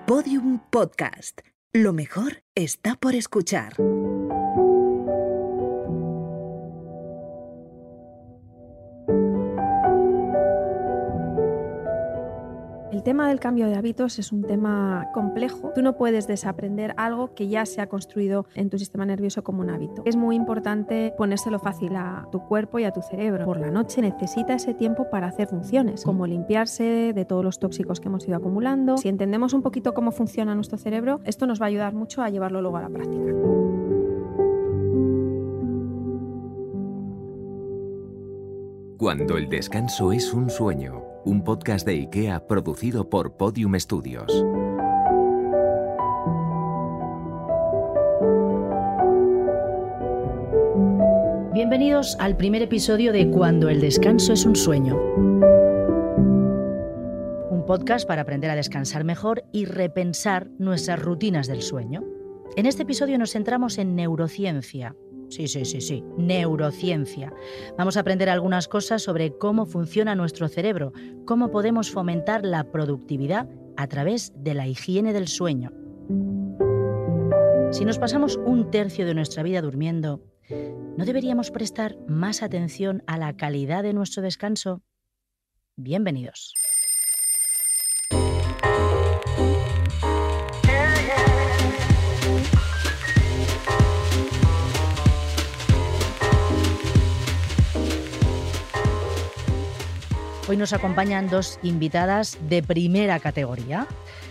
Podium Podcast. Lo mejor está por escuchar. El tema del cambio de hábitos es un tema complejo. Tú no puedes desaprender algo que ya se ha construido en tu sistema nervioso como un hábito. Es muy importante ponérselo fácil a tu cuerpo y a tu cerebro. Por la noche necesita ese tiempo para hacer funciones, como limpiarse de todos los tóxicos que hemos ido acumulando. Si entendemos un poquito cómo funciona nuestro cerebro, esto nos va a ayudar mucho a llevarlo luego a la práctica. Cuando el descanso es un sueño, un podcast de IKEA producido por Podium Studios. Bienvenidos al primer episodio de Cuando el descanso es un sueño. Un podcast para aprender a descansar mejor y repensar nuestras rutinas del sueño. En este episodio nos centramos en neurociencia. Sí, neurociencia. Vamos a aprender algunas cosas sobre cómo funciona nuestro cerebro, cómo podemos fomentar la productividad a través de la higiene del sueño. Si nos pasamos un tercio de nuestra vida durmiendo, ¿no deberíamos prestar más atención a la calidad de nuestro descanso? Bienvenidos. Hoy nos acompañan dos invitadas de primera categoría,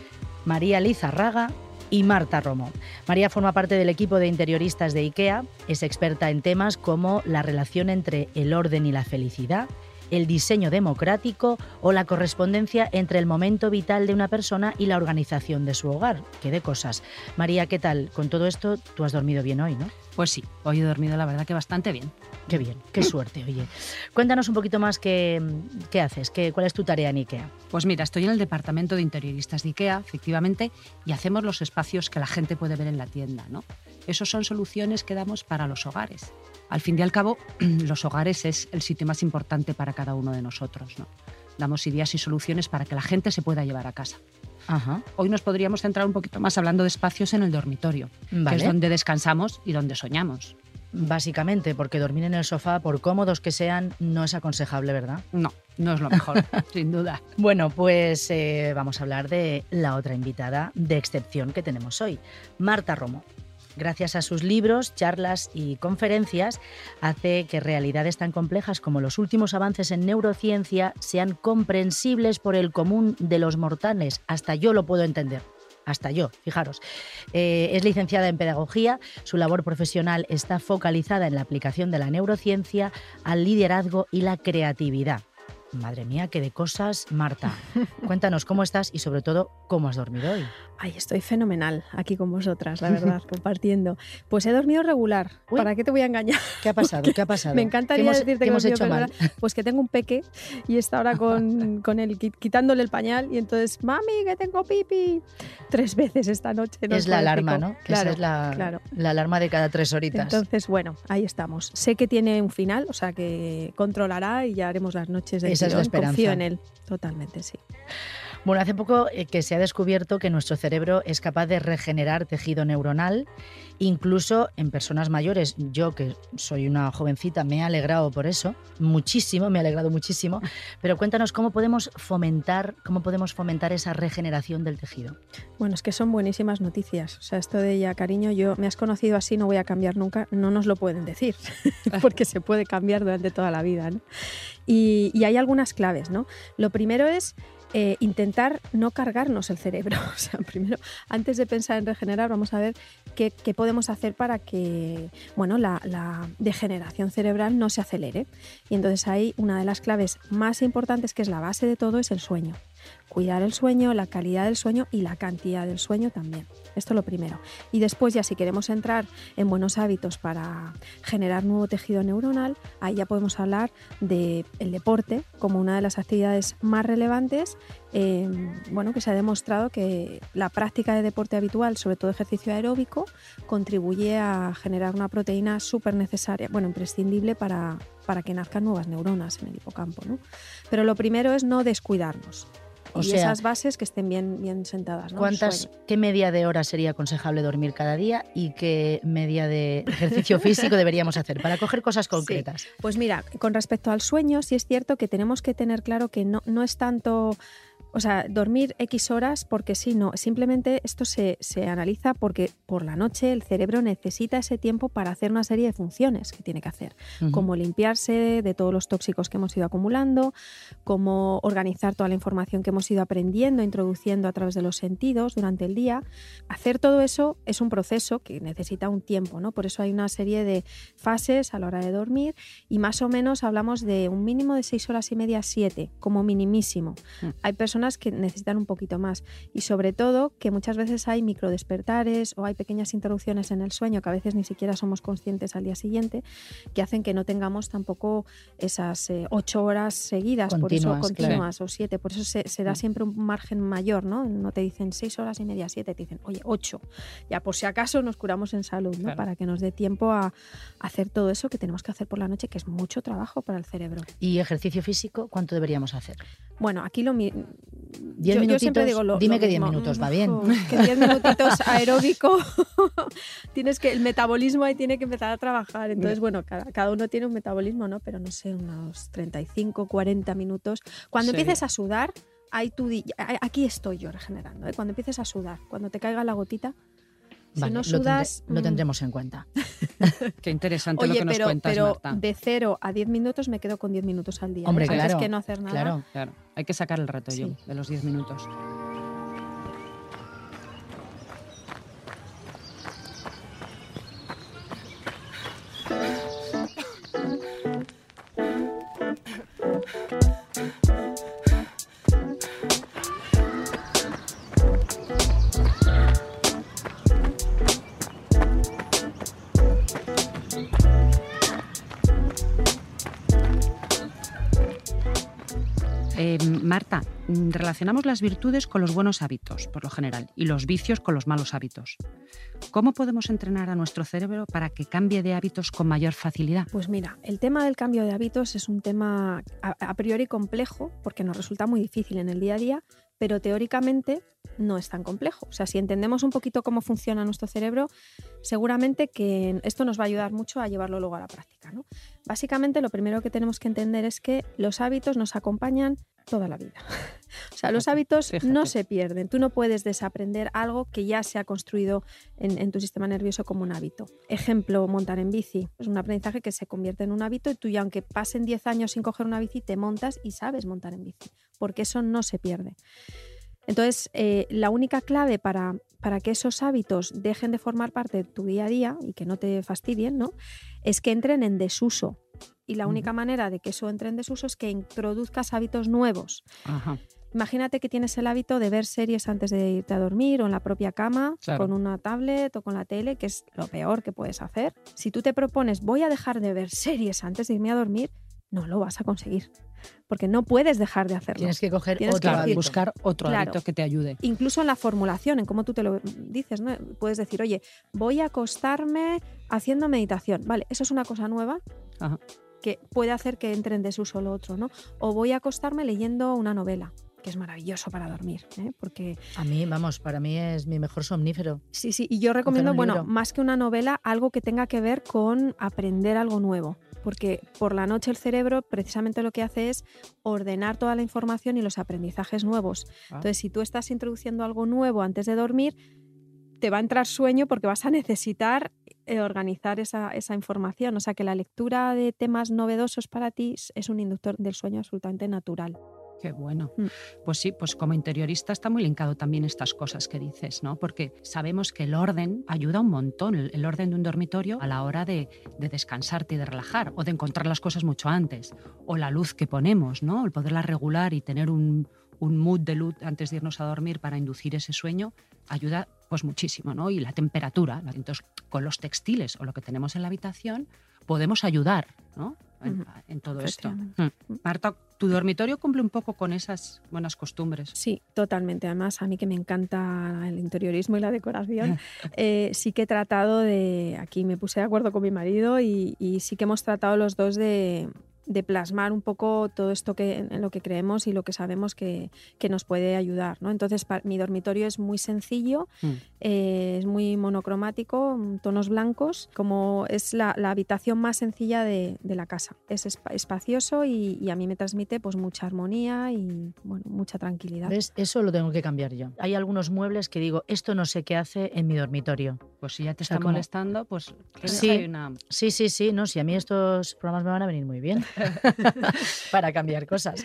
María Lizarraga y Marta Romo. María forma parte del equipo de interioristas de IKEA, es experta en temas como la relación entre el orden y la felicidad, el diseño democrático o la correspondencia entre el momento vital de una persona y la organización de su hogar. ¡Qué de cosas! María, ¿qué tal? Con todo esto, tú has dormido bien hoy, ¿no? Pues sí, hoy he dormido la verdad que bastante bien. Qué bien, qué suerte, oye. Cuéntanos un poquito más qué haces, cuál es tu tarea en IKEA. Pues mira, estoy en el departamento de interioristas de IKEA, efectivamente, y hacemos los espacios que la gente puede ver en la tienda, ¿no? Esos son soluciones que damos para los hogares. Al fin y al cabo, los hogares es el sitio más importante para cada uno de nosotros, ¿no? Damos ideas y soluciones para que la gente se pueda llevar a casa. Ajá. Hoy nos podríamos centrar un poquito más hablando de espacios en el dormitorio, Vale. que es donde descansamos y donde soñamos. Básicamente, porque dormir en el sofá, por cómodos que sean, no es aconsejable, ¿verdad? No es lo mejor, sin duda. Bueno, pues vamos a hablar de la otra invitada de excepción que tenemos hoy, Marta Romo. Gracias a sus libros, charlas y conferencias, hace que realidades tan complejas como los últimos avances en neurociencia sean comprensibles por el común de los mortales. Hasta yo lo puedo entender. Hasta yo, fijaros. Es licenciada en Pedagogía, su labor profesional está focalizada en la aplicación de la neurociencia al liderazgo y la creatividad. Madre mía, qué de cosas. Marta, cuéntanos cómo estás y sobre todo, ¿cómo has dormido hoy? Ay, estoy fenomenal aquí con vosotras, la verdad, compartiendo. Pues he dormido regular. Uy. ¿Para qué te voy a engañar? ¿Qué ha pasado? ¿Qué ha pasado? Me encantaría decirte que hemos he hecho dormido mal? regular. Pues que tengo un peque y está ahora con él quitándole el pañal y entonces, mami, que tengo pipi. 3 veces esta noche. No Es la puedo alarma, pico. ¿no? Que Claro, esa es claro. la alarma de cada 3 horitas. Entonces, bueno, ahí estamos. Sé que tiene un final, o sea que controlará y ya haremos las noches de Esa es la esperanza. Confío en él, totalmente, sí. Bueno, hace poco que se ha descubierto que nuestro cerebro es capaz de regenerar tejido neuronal, incluso en personas mayores. Yo, que soy una jovencita, me he alegrado por eso, muchísimo, me ha alegrado muchísimo. Pero cuéntanos cómo podemos fomentar esa regeneración del tejido. Bueno, es que son buenísimas noticias. O sea, esto de ya, cariño, me has conocido así, no voy a cambiar nunca, no nos lo pueden decir, porque se puede cambiar durante toda la vida, ¿no? Y hay algunas claves, ¿no? Lo primero es intentar no cargarnos el cerebro. O sea, primero, antes de pensar en regenerar, vamos a ver qué podemos hacer para que, bueno, la degeneración cerebral no se acelere. Y entonces ahí una de las claves más importantes, que es la base de todo, es el sueño. Cuidar el sueño, la calidad del sueño y la cantidad del sueño también. Esto es lo primero. Y después, ya si queremos entrar en buenos hábitos para generar nuevo tejido neuronal, ahí ya podemos hablar del deporte como una de las actividades más relevantes. Que se ha demostrado que la práctica de deporte habitual, sobre todo ejercicio aeróbico, contribuye a generar una proteína súper necesaria, imprescindible para que nazcan nuevas neuronas en el hipocampo, ¿no? Pero lo primero es no descuidarnos. O y sea, esas bases que estén bien sentadas, ¿no? ¿Qué media de hora sería aconsejable dormir cada día y qué media de ejercicio físico deberíamos hacer para coger cosas concretas? Sí. Pues mira, con respecto al sueño, sí es cierto que tenemos que tener claro que no es tanto... O sea, dormir X horas porque sí, no. Simplemente esto se analiza porque por la noche el cerebro necesita ese tiempo para hacer una serie de funciones que tiene que hacer, como limpiarse de todos los tóxicos que hemos ido acumulando, como organizar toda la información que hemos ido aprendiendo, introduciendo a través de los sentidos durante el día. Hacer todo eso es un proceso que necesita un tiempo, ¿no? Por eso hay una serie de fases a la hora de dormir y más o menos hablamos de un mínimo de 6 horas y media, 7, como minimísimo. Hay personas que necesitan un poquito más y sobre todo que muchas veces hay microdespertares o hay pequeñas interrupciones en el sueño que a veces ni siquiera somos conscientes al día siguiente, que hacen que no tengamos tampoco esas 8 horas seguidas, continuas, claro. O 7, por eso se da siempre un margen mayor, ¿no? No te dicen 6 horas y media, 7, te dicen, oye, 8, ya por si acaso nos curamos en salud, ¿no? Claro. Para que nos dé tiempo a hacer todo eso que tenemos que hacer por la noche, que es mucho trabajo para el cerebro. ¿Y ejercicio físico cuánto deberíamos hacer? Bueno, aquí lo 10 minutitos, yo siempre digo dime que 10 minutos va bien. Que 10 minutitos aeróbico, el metabolismo ahí tiene que empezar a trabajar. Entonces, bueno, cada uno tiene un metabolismo, ¿no? Pero no sé, unos 35, 40 minutos. Cuando empieces a sudar, aquí estoy yo regenerando, ¿eh? Cuando empieces a sudar, cuando te caiga la gotita, vale, si no sudas... Lo tendremos en cuenta. Qué interesante lo que nos cuentas, Marta. Pero de 0 a 10 minutos me quedo con 10 minutos al día. Hombre, claro. Antes que no hacer nada. Claro. Hay que sacar el rato yo de los 10 minutos. Marta, relacionamos las virtudes con los buenos hábitos, por lo general, y los vicios con los malos hábitos. ¿Cómo podemos entrenar a nuestro cerebro para que cambie de hábitos con mayor facilidad? Pues mira, el tema del cambio de hábitos es un tema a priori complejo porque nos resulta muy difícil en el día a día, pero teóricamente no es tan complejo. O sea, si entendemos un poquito cómo funciona nuestro cerebro, seguramente que esto nos va a ayudar mucho a llevarlo luego a la práctica, ¿no? Básicamente, lo primero que tenemos que entender es que los hábitos nos acompañan toda la vida. O sea, los hábitos no se pierden. Tú no puedes desaprender algo que ya se ha construido en tu sistema nervioso como un hábito. Ejemplo, montar en bici. Es un aprendizaje que se convierte en un hábito y tú ya, aunque pasen 10 años sin coger una bici, te montas y sabes montar en bici, porque eso no se pierde. Entonces, la única clave para que esos hábitos dejen de formar parte de tu día a día y que no te fastidien, ¿no?, es que entren en desuso. Y la única manera de que eso entre en desuso es que introduzcas hábitos nuevos. Ajá. Imagínate que tienes el hábito de ver series antes de irte a dormir o en la propia cama, con una tablet o con la tele, que es lo peor que puedes hacer. Si tú te propones, voy a dejar de ver series antes de irme a dormir, no lo vas a conseguir, porque no puedes dejar de hacerlo. Tienes que coger otro hábito. Buscar otro hábito que te ayude. Incluso en la formulación, en cómo tú te lo dices, ¿no? Puedes decir, oye, voy a acostarme haciendo meditación. Vale, eso es una cosa nueva. Ajá. Que puede hacer que entre en desuso lo otro, ¿no? O voy a acostarme leyendo una novela, que es maravilloso para dormir, ¿eh? Porque para mí es mi mejor somnífero. Sí, y yo recomiendo, más que una novela, algo que tenga que ver con aprender algo nuevo, porque por la noche el cerebro precisamente lo que hace es ordenar toda la información y los aprendizajes nuevos. Entonces, si tú estás introduciendo algo nuevo antes de dormir, te va a entrar sueño porque vas a necesitar organizar esa información. O sea que la lectura de temas novedosos para ti es un inductor del sueño absolutamente natural. Qué bueno. Pues sí, pues como interiorista está muy linkado también estas cosas que dices, ¿no? Porque sabemos que el orden ayuda un montón, el orden de un dormitorio a la hora de descansarte y de relajar, o de encontrar las cosas mucho antes, o la luz que ponemos, ¿no? El poderla regular y tener un mood de luz antes de irnos a dormir para inducir ese sueño ayuda pues muchísimo, ¿no? Y la temperatura, entonces con los textiles o lo que tenemos en la habitación podemos ayudar, ¿no?, en todo esto. Marta, ¿tu dormitorio cumple un poco con esas buenas costumbres? Sí, totalmente. Además, a mí que me encanta el interiorismo y la decoración, sí que he tratado aquí me puse de acuerdo con mi marido y sí que hemos tratado los dos de de plasmar un poco todo esto en lo que creemos y lo que sabemos que nos puede ayudar, ¿no? Entonces, mi dormitorio es muy sencillo, es muy monocromático, tonos blancos, como es la habitación más sencilla de la casa. Es espacioso y a mí me transmite pues mucha armonía y bueno, mucha tranquilidad. ¿Ves? Eso lo tengo que cambiar yo. Hay algunos muebles que digo, esto no sé qué hace en mi dormitorio. Pues si ya te está molestando, pues sí, hay una... Sí, no, si a mí estos programas me van a venir muy bien para cambiar cosas.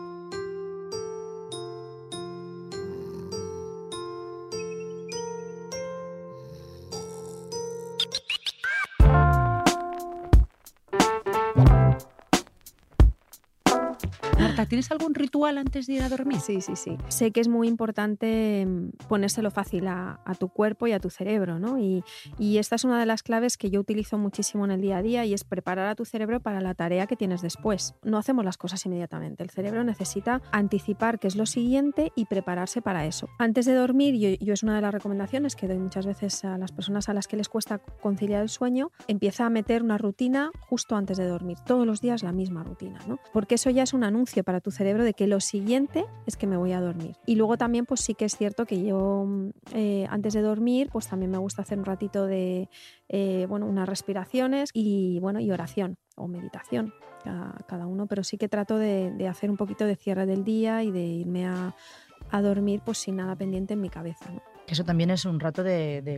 Marta, ¿tienes algún ritual antes de ir a dormir? Sí. Sé que es muy importante ponérselo fácil a tu cuerpo y a tu cerebro, ¿no? Y esta es una de las claves que yo utilizo muchísimo en el día a día y es preparar a tu cerebro para la tarea que tienes después. No hacemos las cosas inmediatamente. El cerebro necesita anticipar qué es lo siguiente y prepararse para eso. Antes de dormir, yo es una de las recomendaciones que doy muchas veces a las personas a las que les cuesta conciliar el sueño, empieza a meter una rutina justo antes de dormir. Todos los días la misma rutina, ¿no? Porque eso ya es un anuncio para tu cerebro de que lo siguiente es que me voy a dormir. Y luego también pues sí que es cierto que yo antes de dormir pues también me gusta hacer un ratito de unas respiraciones y oración o meditación cada uno, pero sí que trato de hacer un poquito de cierre del día y de irme a dormir pues sin nada pendiente en mi cabeza, ¿no? Eso también es un rato de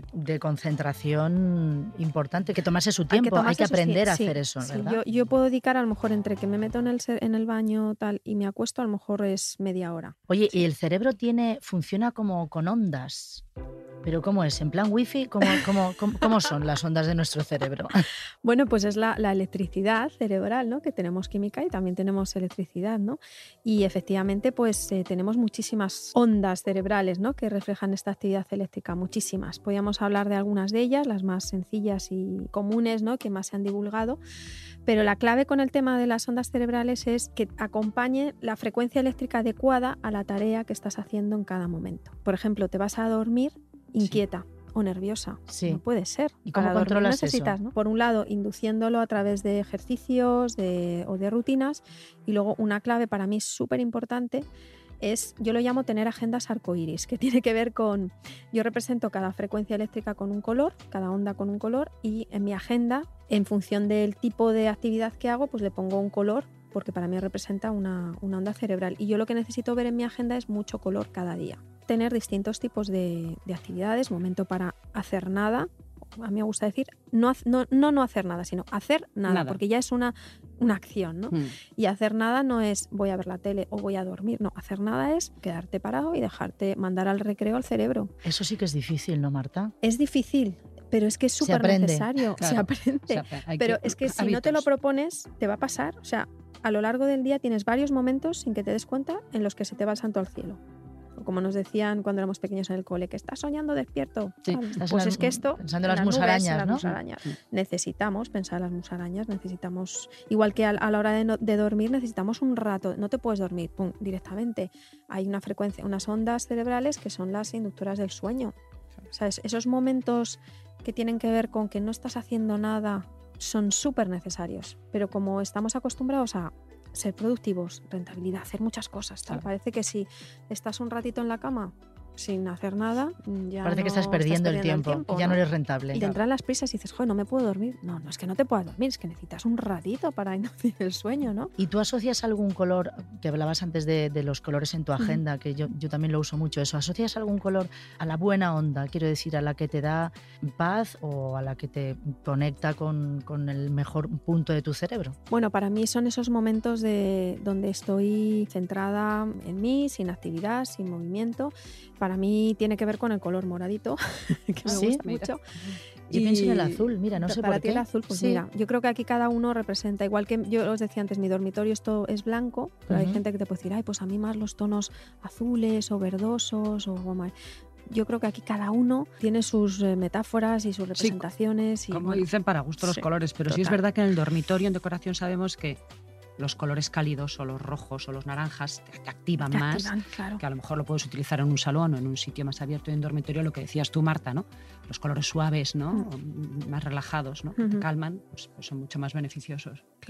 concentración importante, que tomarse su tiempo, hay que aprender a hacer eso, ¿verdad? Yo puedo dedicar a lo mejor entre que me meto en el baño tal y me acuesto, a lo mejor es media hora. Oye, ¿y el cerebro funciona como con ondas? ¿Pero cómo es? ¿En plan wifi? ¿Cómo son las ondas de nuestro cerebro? Bueno, pues es la electricidad cerebral, ¿no? Que tenemos química y también tenemos electricidad, ¿no? Y efectivamente, pues tenemos muchísimas ondas cerebrales, ¿no? Que reflejan esta actividad eléctrica, muchísimas. Podríamos hablar de algunas de ellas, las más sencillas y comunes, ¿no? Que más se han divulgado. Pero la clave con el tema de las ondas cerebrales es que acompañe la frecuencia eléctrica adecuada a la tarea que estás haciendo en cada momento. Por ejemplo, te vas a dormir inquieta o nerviosa. Sí. No puede ser. ¿Y cómo controlas necesitas, eso? ¿no? Por un lado, induciéndolo a través de ejercicios o de rutinas. Y luego una clave para mí súper importante es, yo lo llamo tener agendas arcoíris, que tiene que ver con, yo represento cada frecuencia eléctrica con un color, cada onda con un color, y en mi agenda, en función del tipo de actividad que hago, pues le pongo un color, porque para mí representa una onda cerebral. Y yo lo que necesito ver en mi agenda es mucho color cada día. Tener distintos tipos de actividades, momento para hacer nada. A mí me gusta decir no hacer nada, sino hacer nada. Porque ya es una acción, ¿no? Y hacer nada no es voy a ver la tele o voy a dormir, no, hacer nada es quedarte parado y dejarte mandar al recreo al cerebro. Eso sí que es difícil, ¿no, Marta? Es difícil, pero es que es súper necesario. Claro, se aprende. Pero es que si no te lo propones, te va a pasar. O sea, a lo largo del día tienes varios momentos sin que te des cuenta en los que se te va el santo al cielo. Como nos decían cuando éramos pequeños en el cole, que estás soñando despierto. Sí, pues es que esto... Pensando en las musarañas, ¿no? Necesitamos pensar en las musarañas, necesitamos... Igual que a la hora de dormir necesitamos un rato. No te puedes dormir directamente. Hay una frecuencia, unas ondas cerebrales que son las inductoras del sueño. O sea, esos momentos que tienen que ver con que no estás haciendo nada son súper necesarios. Pero como estamos acostumbrados a ser productivos, rentabilidad, hacer muchas cosas. Tal. Parece que si estás un ratito en la cama sin hacer nada, ya parece que estás perdiendo el tiempo, que ya no eres rentable. Y te entran las prisas y dices, joder, no me puedo dormir. No es que no te puedas dormir, es que necesitas un ratito para inducir el sueño, ¿no? ¿Y tú asocias algún color, que hablabas antes de los colores en tu agenda, que yo también lo uso mucho eso, ¿asocias algún color a la buena onda? Quiero decir, a la que te da paz o a la que te conecta con el mejor punto de tu cerebro. Bueno, para mí son esos momentos donde estoy centrada en mí, sin actividad, sin movimiento. Para mí tiene que ver con el color moradito, que me gusta mucho. Yo pienso en el azul, mira, no sé por qué. Para ti el azul, pues mira, yo creo que aquí cada uno representa, igual que yo os decía antes, mi dormitorio esto es blanco, pero hay gente que te puede decir, ay, pues a mí más los tonos azules o verdosos o más. Yo creo que aquí cada uno tiene sus metáforas y sus representaciones. Sí, como dicen, para gusto los colores, pero total. Sí es verdad que en el dormitorio, en decoración, sabemos que los colores cálidos o los rojos o los naranjas te activan más, claro. Que a lo mejor lo puedes utilizar en un salón o en un sitio más abierto en dormitorio, lo que decías tú, Marta, ¿no? Los colores suaves, ¿no? Más relajados, ¿no? Que te calman, pues son mucho más beneficiosos. Claro.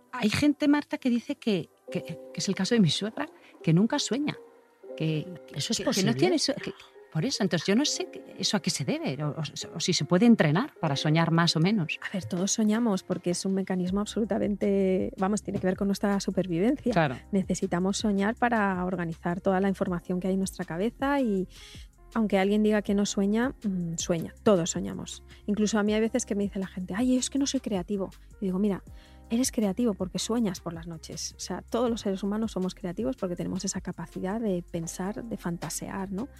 hay gente, Marta, que dice que es el caso de mi suegra, que nunca sueña. ¿Eso es que posible? no tiene por eso, entonces yo no sé eso a qué se debe o si se puede entrenar para soñar más o menos. A ver, todos soñamos porque es un mecanismo absolutamente, tiene que ver con nuestra supervivencia. Claro. Necesitamos soñar para organizar toda la información que hay en nuestra cabeza y aunque alguien diga que no sueña, sueña. Todos soñamos. Incluso a mí hay veces que me dice la gente, ay, es que no soy creativo. Y digo, mira, eres creativo porque sueñas por las noches. O sea, todos los seres humanos somos creativos porque tenemos esa capacidad de pensar, de fantasear, ¿no?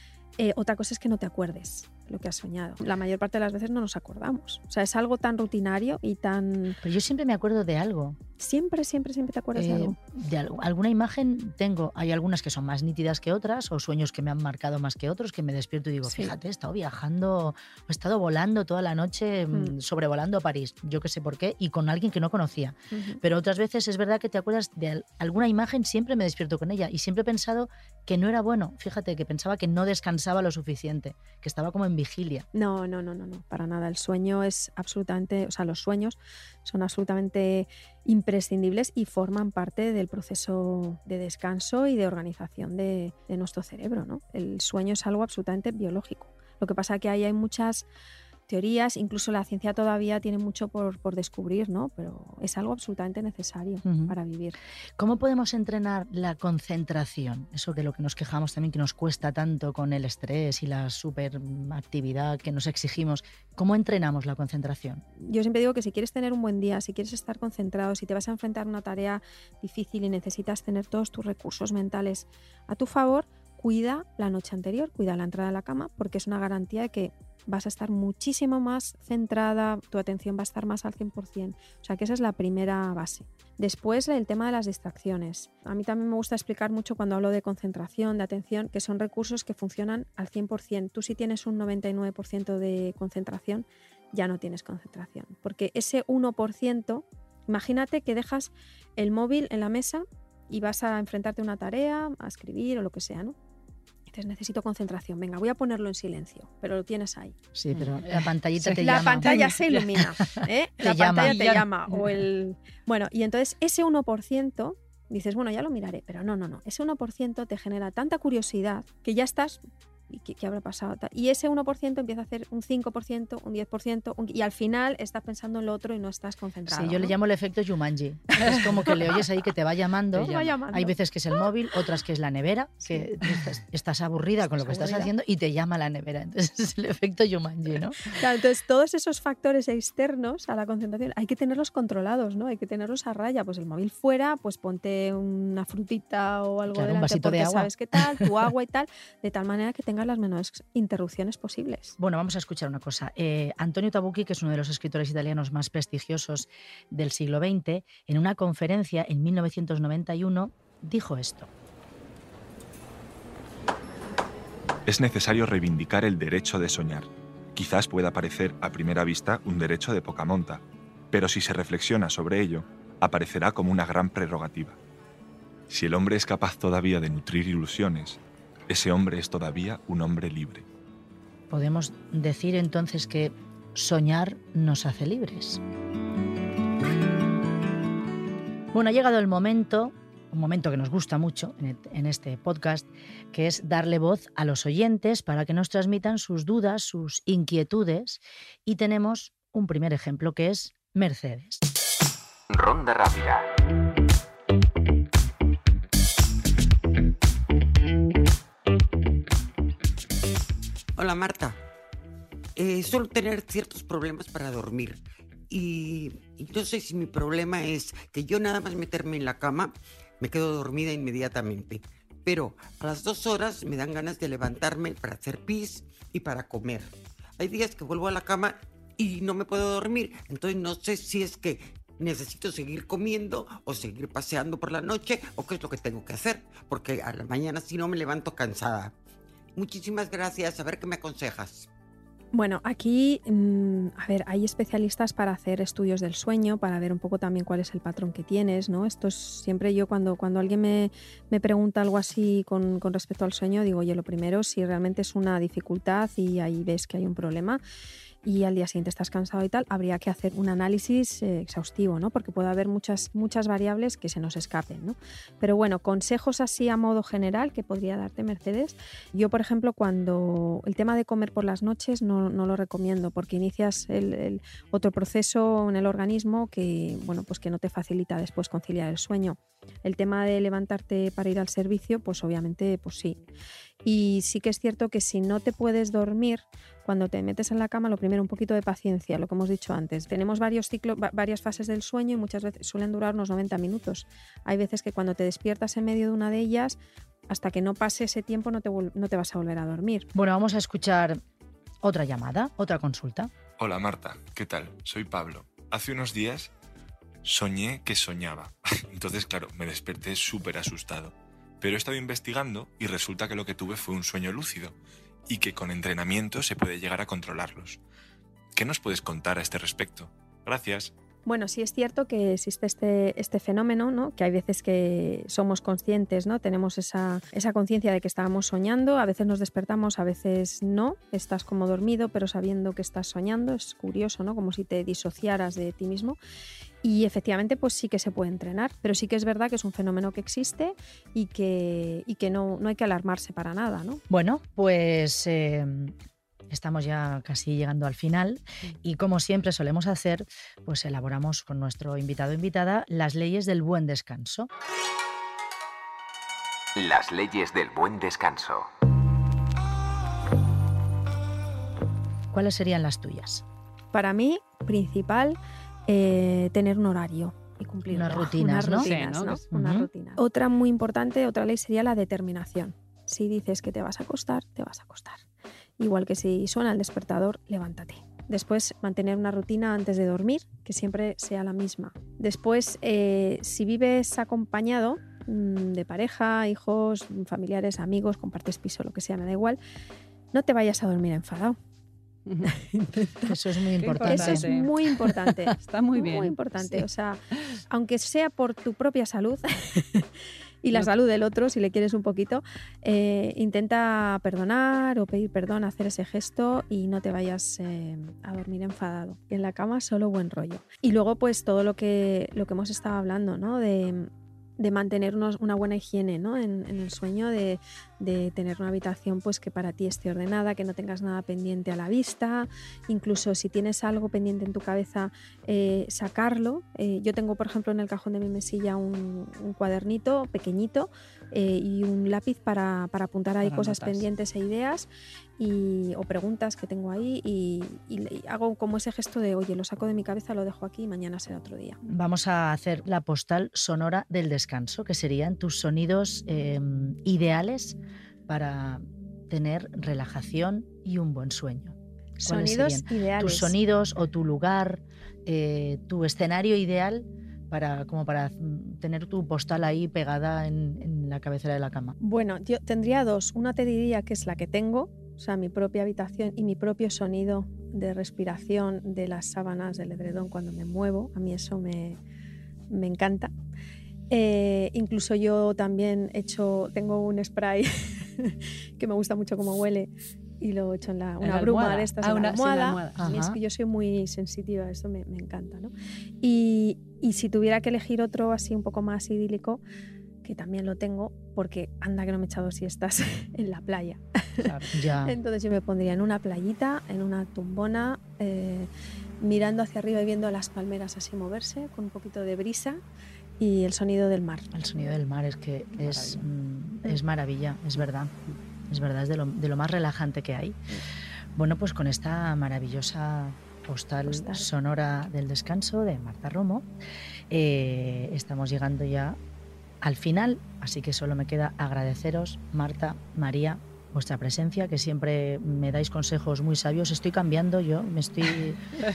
Otra cosa es que no te acuerdes de lo que has soñado. La mayor parte de las veces no nos acordamos. O sea, es algo tan rutinario y tan... Pero yo siempre me acuerdo de algo. Siempre te acuerdas de algo. De alguna imagen tengo. Hay algunas que son más nítidas que otras o sueños que me han marcado más que otros, que me despierto y digo, Sí. fíjate, he estado viajando, he estado volando toda la noche, sobrevolando París, yo qué sé por qué, y con alguien que no conocía. Pero otras veces es verdad que te acuerdas de alguna imagen, siempre me despierto con ella y siempre he pensado que no era bueno. Fíjate, que pensaba que no descansaba lo suficiente, que estaba como en vigilia. No, para nada. El sueño es absolutamente, o sea, los sueños son absolutamente imprescindibles y forman parte del proceso de descanso y de organización de nuestro cerebro, ¿no? El sueño es algo absolutamente biológico. Lo que pasa es que ahí hay muchas teorías, incluso la ciencia todavía tiene mucho por descubrir, ¿no? Pero es algo absolutamente necesario para vivir. ¿Cómo podemos entrenar la concentración? Eso de lo que nos quejamos también, que nos cuesta tanto con el estrés y la superactividad que nos exigimos. ¿Cómo entrenamos la concentración? Yo siempre digo que si quieres tener un buen día, si quieres estar concentrado, si te vas a enfrentar a una tarea difícil y necesitas tener todos tus recursos mentales a tu favor, cuida la noche anterior, cuida la entrada a la cama, porque es una garantía de que vas a estar muchísimo más centrada, tu atención va a estar más al 100%. O sea que esa es la primera base. Después, el tema de las distracciones. A mí también me gusta explicar mucho cuando hablo de concentración, de atención, que son recursos que funcionan al 100%. Tú si tienes un 99% de concentración, ya no tienes concentración. Porque ese 1%, imagínate que dejas el móvil en la mesa y vas a enfrentarte a una tarea, a escribir o lo que sea, ¿no? Entonces necesito concentración. Venga, voy a ponerlo en silencio, pero lo tienes ahí. Sí, pero la pantallita te llama. La pantalla se ilumina, ¿eh? La pantalla te llama. Bueno, y entonces ese 1% dices, bueno, ya lo miraré, pero no. Ese 1% te genera tanta curiosidad que ya estás... ¿Y qué habrá pasado? Y ese 1% empieza a hacer un 5%, un 10%, y al final estás pensando en lo otro y no estás concentrado. Sí, yo le llamo el efecto Jumanji. Es como que le oyes ahí que te va llamando. Hay veces que es el móvil, otras que es la nevera, que estás aburrida con lo que estás haciendo y te llama la nevera. Entonces es el efecto Jumanji, ¿no? Claro, entonces todos esos factores externos a la concentración hay que tenerlos controlados, ¿no? Hay que tenerlos a raya. Pues el móvil fuera, pues ponte una frutita o algo delante, un vasito porque de agua. sabes qué tal, tu agua y tal, de tal manera que tengas las menores interrupciones posibles. Bueno, vamos a escuchar una cosa. Antonio Tabucchi, que es uno de los escritores italianos más prestigiosos del siglo XX, en una conferencia en 1991 dijo esto. Es necesario reivindicar el derecho de soñar. Quizás pueda parecer a primera vista un derecho de poca monta, pero si se reflexiona sobre ello, aparecerá como una gran prerrogativa. Si el hombre es capaz todavía de nutrir ilusiones, ese hombre es todavía un hombre libre. Podemos decir entonces que soñar nos hace libres. Bueno, ha llegado el momento, un momento que nos gusta mucho en este podcast, que es darle voz a los oyentes para que nos transmitan sus dudas, sus inquietudes. Y tenemos un primer ejemplo que es Mercedes. Ronda rápida. Hola Marta, suelo tener ciertos problemas para dormir y no sé si mi problema es que yo nada más meterme en la cama me quedo dormida inmediatamente, pero a las 2 horas me dan ganas de levantarme para hacer pis y para comer. Hay días que vuelvo a la cama y no me puedo dormir, entonces no sé si es que necesito seguir comiendo o seguir paseando por la noche o qué es lo que tengo que hacer, porque a la mañana si no me levanto cansada. Muchísimas gracias. A ver qué me aconsejas. Bueno, aquí, hay especialistas para hacer estudios del sueño, para ver un poco también cuál es el patrón que tienes, ¿no? Esto es siempre yo cuando alguien me pregunta algo así con respecto al sueño, digo, oye, lo primero, si realmente es una dificultad y ahí ves que hay un problema, y al día siguiente estás cansado y tal, habría que hacer un análisis exhaustivo, ¿no? Porque puede haber muchas variables que se nos escapen, ¿no? Pero bueno, consejos así a modo general que podría darte Mercedes. Yo, por ejemplo, cuando el tema de comer por las noches no lo recomiendo, porque inicias el otro proceso en el organismo que, bueno, pues que no te facilita después conciliar el sueño. El tema de levantarte para ir al servicio, pues obviamente, pues sí. Y sí que es cierto que si no te puedes dormir, cuando te metes en la cama, lo primero, un poquito de paciencia, lo que hemos dicho antes. Tenemos varios ciclos, varias fases del sueño y muchas veces suelen durar unos 90 minutos. Hay veces que cuando te despiertas en medio de una de ellas, hasta que no pase ese tiempo no te vas a volver a dormir. Bueno, vamos a escuchar otra llamada, otra consulta. Hola Marta, ¿qué tal? Soy Pablo. Hace unos días soñé que soñaba. Entonces, claro, me desperté súper asustado. Pero he estado investigando y resulta que lo que tuve fue un sueño lúcido y que con entrenamiento se puede llegar a controlarlos. ¿Qué nos puedes contar a este respecto? Gracias. Bueno, sí es cierto que existe este fenómeno, ¿no? Que hay veces que somos conscientes, ¿no? Tenemos esa conciencia de que estábamos soñando, a veces nos despertamos, a veces no, estás como dormido, pero sabiendo que estás soñando, es curioso, ¿no? Como si te disociaras de ti mismo. Y efectivamente, pues sí que se puede entrenar, pero sí que es verdad que es un fenómeno que existe y que no hay que alarmarse para nada, ¿no? Bueno, pues estamos ya casi llegando al final y como siempre solemos hacer, pues elaboramos con nuestro invitado o invitada las leyes del buen descanso. Las leyes del buen descanso. ¿Cuáles serían las tuyas? Para mí, principal, tener un horario y cumplirlo. Unas rutinas, ¿no? Sí, ¿no? Uh-huh. Una rutina. Otra muy importante, otra ley sería la determinación. Si dices que te vas a acostar, te vas a acostar. Igual que si suena el despertador, levántate. Después, mantener una rutina antes de dormir, que siempre sea la misma. Después, si vives acompañado de pareja, hijos, familiares, amigos, compartes piso, lo que sea, me da igual, no te vayas a dormir enfadado. Eso es muy importante. Eso es muy importante. Está muy bien. Muy importante. Sí. O sea, aunque sea por tu propia salud y la salud del otro, si le quieres un poquito, intenta perdonar o pedir perdón, hacer ese gesto y no te vayas a dormir enfadado. En la cama solo buen rollo. Y luego pues todo lo que hemos estado hablando, ¿no? De mantener una buena higiene, ¿no? en el sueño, de tener una habitación pues, que para ti esté ordenada, que no tengas nada pendiente a la vista, incluso si tienes algo pendiente en tu cabeza, sacarlo. Yo tengo, por ejemplo, en el cajón de mi mesilla un cuadernito pequeñito y un lápiz para apuntar ahí cosas pendientes e ideas o preguntas que tengo ahí y hago como ese gesto de, oye, lo saco de mi cabeza, lo dejo aquí y mañana será otro día. Vamos a hacer la postal sonora del descanso, que serían tus sonidos ideales para tener relajación y un buen sueño. Sonidos ideales. Tus sonidos o tu lugar, tu escenario ideal para tener tu postal ahí pegada en la cabecera de la cama. Bueno, yo tendría dos. Una te diría que es la que tengo, o sea, mi propia habitación y mi propio sonido de respiración de las sábanas del edredón cuando me muevo. A mí eso me encanta. Incluso yo también tengo un spray que me gusta mucho cómo huele y lo echo en una bruma de estas en la almohada. A mí es que yo soy muy sensitiva a eso, me encanta, ¿no? Y si tuviera que elegir otro así un poco más idílico, que también lo tengo, porque anda que no me he echado siestas en la playa. Claro, ya. Entonces yo me pondría en una playita, en una tumbona, mirando hacia arriba y viendo las palmeras así moverse, con un poquito de brisa y el sonido del mar. El sonido del mar es que es maravilla, es verdad. Es verdad, es de lo más relajante que hay. Bueno, pues con esta maravillosa postal sonora del descanso de Marta Romo, estamos llegando ya al final, así que solo me queda agradeceros, Marta, María, vuestra presencia, que siempre me dais consejos muy sabios. Estoy cambiando yo, me estoy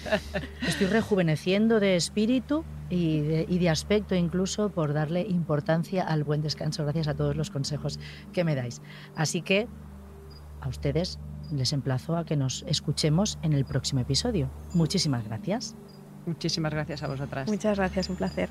rejuveneciendo de espíritu y de aspecto incluso por darle importancia al buen descanso gracias a todos los consejos que me dais. Así que a ustedes les emplazo a que nos escuchemos en el próximo episodio. Muchísimas gracias. Muchísimas gracias a vosotras. Muchas gracias, un placer.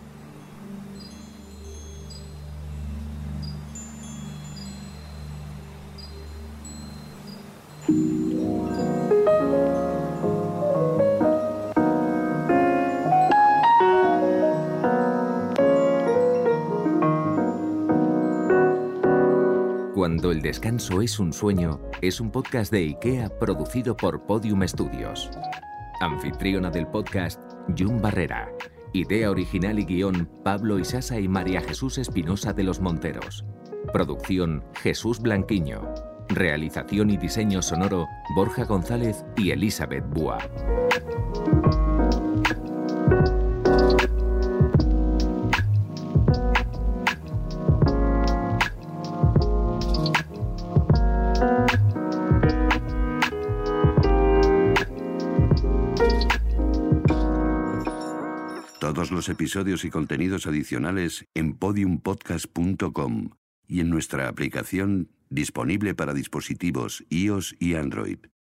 descanso es un sueño es un podcast de IKEA producido por Podium Studios. Anfitriona del podcast, Jun Barrera. Idea original y guión, Pablo Isasa y María Jesús Espinosa de los Monteros. Producción, Jesús Blanquiño. Realización y diseño sonoro, Borja González y Elizabeth Búa. Todos los episodios y contenidos adicionales en podiumpodcast.com y en nuestra aplicación disponible para dispositivos iOS y Android.